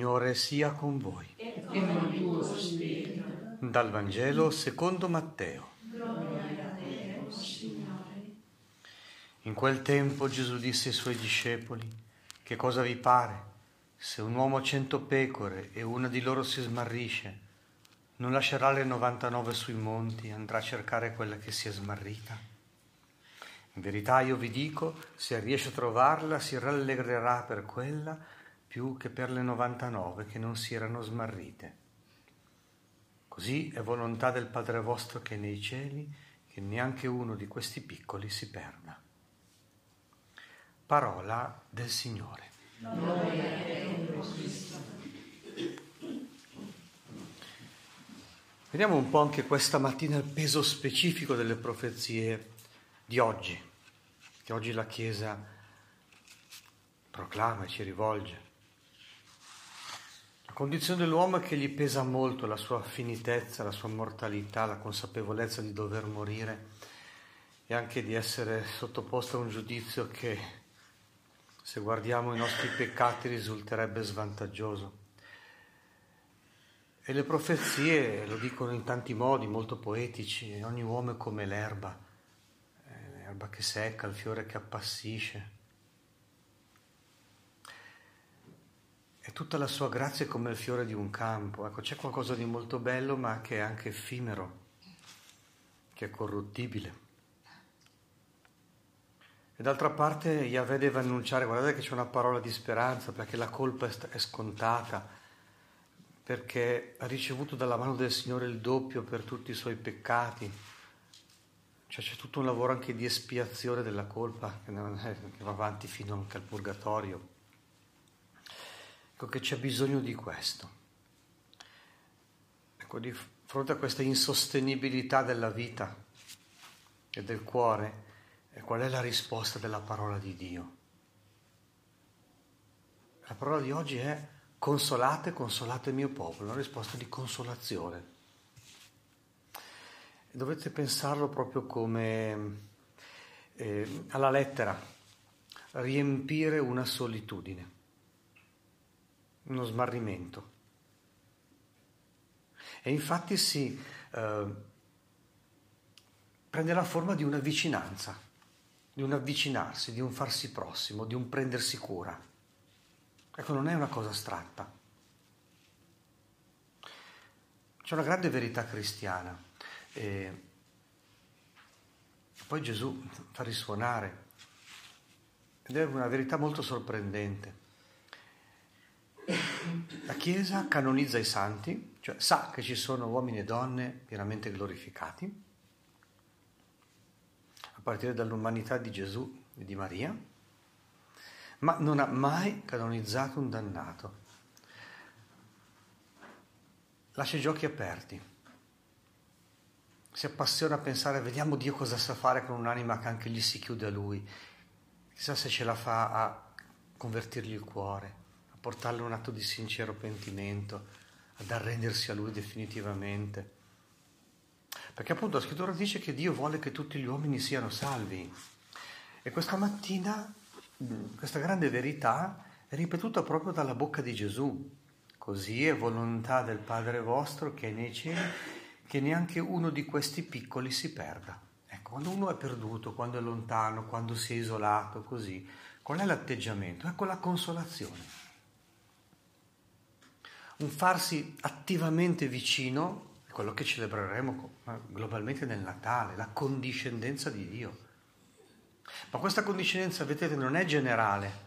Signore sia con voi. E con il tuo spirito. Dal Vangelo secondo Matteo. Gloria a te, o Signore. In quel tempo Gesù disse ai suoi discepoli: che cosa vi pare? Se un uomo ha 100 pecore e una di loro si smarrisce, non lascerà le 99 sui monti e andrà a cercare quella che si è smarrita? In verità io vi dico, se riesce a trovarla si rallegrerà per quella più che per le 99 che non si erano smarrite. Così è volontà del Padre vostro che è nei cieli, che neanche uno di questi piccoli si perda. Parola del Signore. Gloria a te, o Cristo. Vediamo un po' anche questa mattina il peso specifico delle profezie di oggi, che oggi la Chiesa proclama e ci rivolge. La condizione dell'uomo è che gli pesa molto la sua finitezza, la sua mortalità, la consapevolezza di dover morire e anche di essere sottoposto a un giudizio che, se guardiamo i nostri peccati, risulterebbe svantaggioso. E le profezie lo dicono in tanti modi, molto poetici: ogni uomo è come l'erba che secca, il fiore che appassisce. E tutta la sua grazia è come il fiore di un campo. Ecco, c'è qualcosa di molto bello, ma che è anche effimero, che è corruttibile. E d'altra parte Yahweh deve annunciare: guardate che c'è una parola di speranza, perché la colpa è scontata, perché ha ricevuto dalla mano del Signore il doppio per tutti i suoi peccati. Cioè c'è tutto un lavoro anche di espiazione della colpa che va avanti fino anche al purgatorio. Ecco che c'è bisogno di questo. Ecco, di fronte a questa insostenibilità della vita e del cuore, qual è la risposta della parola di Dio? La parola di oggi è: consolate, consolate il mio popolo, una risposta di consolazione. E dovete pensarlo proprio come alla lettera, riempire una solitudine, uno smarrimento. E infatti si prende la forma di una vicinanza, di un avvicinarsi, di un farsi prossimo, di un prendersi cura. Ecco, non è una cosa astratta. C'è una grande verità cristiana. E poi Gesù fa risuonare, ed è una verità molto sorprendente. La Chiesa canonizza i santi, cioè sa che ci sono uomini e donne pienamente glorificati, a partire dall'umanità di Gesù e di Maria, ma non ha mai canonizzato un dannato. Lascia i giochi aperti. Si appassiona a pensare: vediamo Dio cosa sa fare con un'anima che anche gli si chiude a Lui. Chissà se ce la fa a convertirgli il cuore, a portarle un atto di sincero pentimento, ad arrendersi a Lui definitivamente. Perché appunto la Scrittura dice che Dio vuole che tutti gli uomini siano salvi. E questa mattina questa grande verità è ripetuta proprio dalla bocca di Gesù. Così è volontà del Padre vostro che è nei cieli, che neanche uno di questi piccoli si perda. Ecco, quando uno è perduto, quando è lontano, quando si è isolato, così, qual è l'atteggiamento? Ecco la consolazione. Un farsi attivamente vicino, è quello che celebreremo globalmente nel Natale, la condiscendenza di Dio. Ma questa condiscendenza, vedete, non è generale.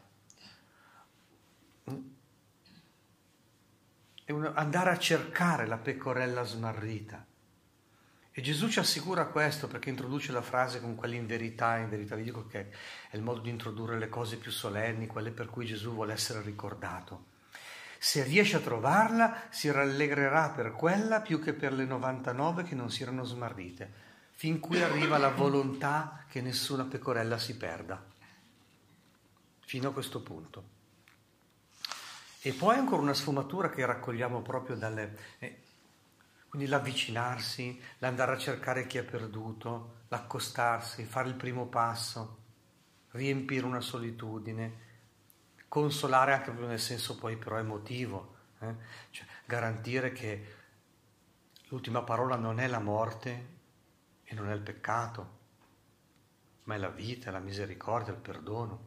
È andare a cercare la pecorella smarrita. E Gesù ci assicura questo, perché introduce la frase con quella in verità vi dico che è il modo di introdurre le cose più solenni, quelle per cui Gesù vuole essere ricordato. Se riesce a trovarla, si rallegrerà per quella più che per le 99 che non si erano smarrite, fin qui arriva la volontà che nessuna pecorella si perda. Fino a questo punto. E poi ancora una sfumatura che raccogliamo proprio dalle... quindi l'avvicinarsi, l'andare a cercare chi è perduto, l'accostarsi, fare il primo passo, riempire una solitudine, consolare anche nel senso poi però emotivo, Cioè, garantire che l'ultima parola non è la morte e non è il peccato, ma è la vita, la misericordia, il perdono.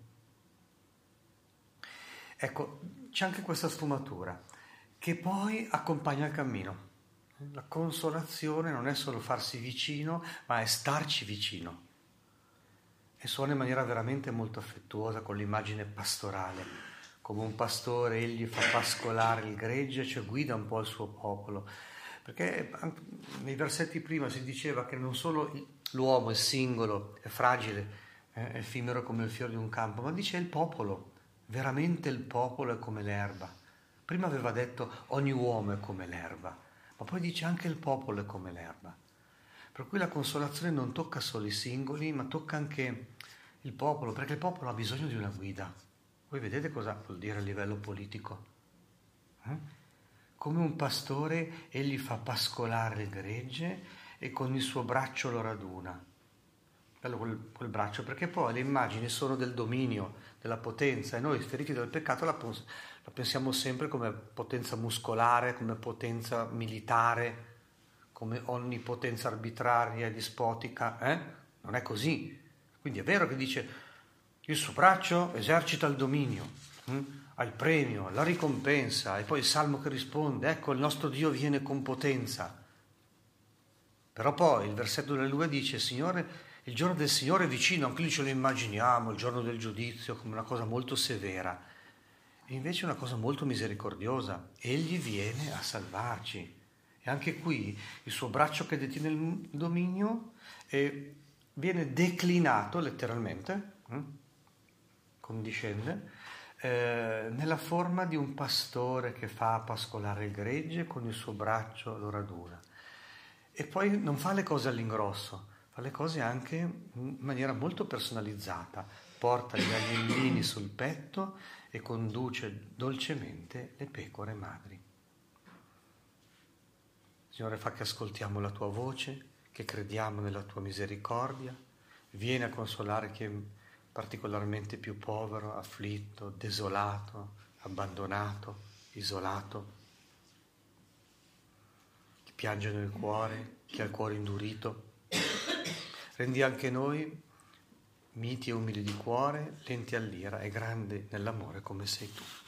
Ecco, c'è anche questa sfumatura che poi accompagna il cammino. La consolazione non è solo farsi vicino, ma è starci vicino. E suona in maniera veramente molto affettuosa, con l'immagine pastorale. Come un pastore, egli fa pascolare il gregge, cioè guida un po' il suo popolo. Perché nei versetti prima si diceva che non solo l'uomo è singolo, è fragile, è effimero come il fiore di un campo, ma dice il popolo, veramente il popolo è come l'erba. Prima aveva detto ogni uomo è come l'erba, ma poi dice anche il popolo è come l'erba. Per cui la consolazione non tocca solo i singoli, ma tocca anche il popolo, perché il popolo ha bisogno di una guida. Voi vedete cosa vuol dire a livello politico? Come un pastore, egli fa pascolare il gregge e con il suo braccio lo raduna. Bello quel braccio, perché poi le immagini sono del dominio, della potenza, e noi feriti dal peccato la pensiamo sempre come potenza muscolare, come potenza militare, come onnipotenza arbitraria e dispotica. Non è così. Quindi è vero che dice il suo braccio esercita il dominio, ha il premio, la ricompensa, e poi il salmo che risponde, ecco il nostro Dio viene con potenza. Però poi il versetto delle 2 dice, Signore, il giorno del Signore è vicino, anche lì ce lo immaginiamo, il giorno del giudizio, come una cosa molto severa, e invece una cosa molto misericordiosa. Egli viene a salvarci. E anche qui il suo braccio che detiene il dominio viene declinato letteralmente, condiscende, nella forma di un pastore che fa pascolare il gregge, con il suo braccio lo raduna. E poi non fa le cose all'ingrosso, fa le cose anche in maniera molto personalizzata, porta gli agnellini sul petto e conduce dolcemente le pecore madri. Signore, fa che ascoltiamo la tua voce, che crediamo nella tua misericordia, vieni a consolare chi è particolarmente più povero, afflitto, desolato, abbandonato, isolato, chi piange nel cuore, chi ha il cuore indurito. Rendi anche noi miti e umili di cuore, lenti all'ira e grandi nell'amore come sei tu.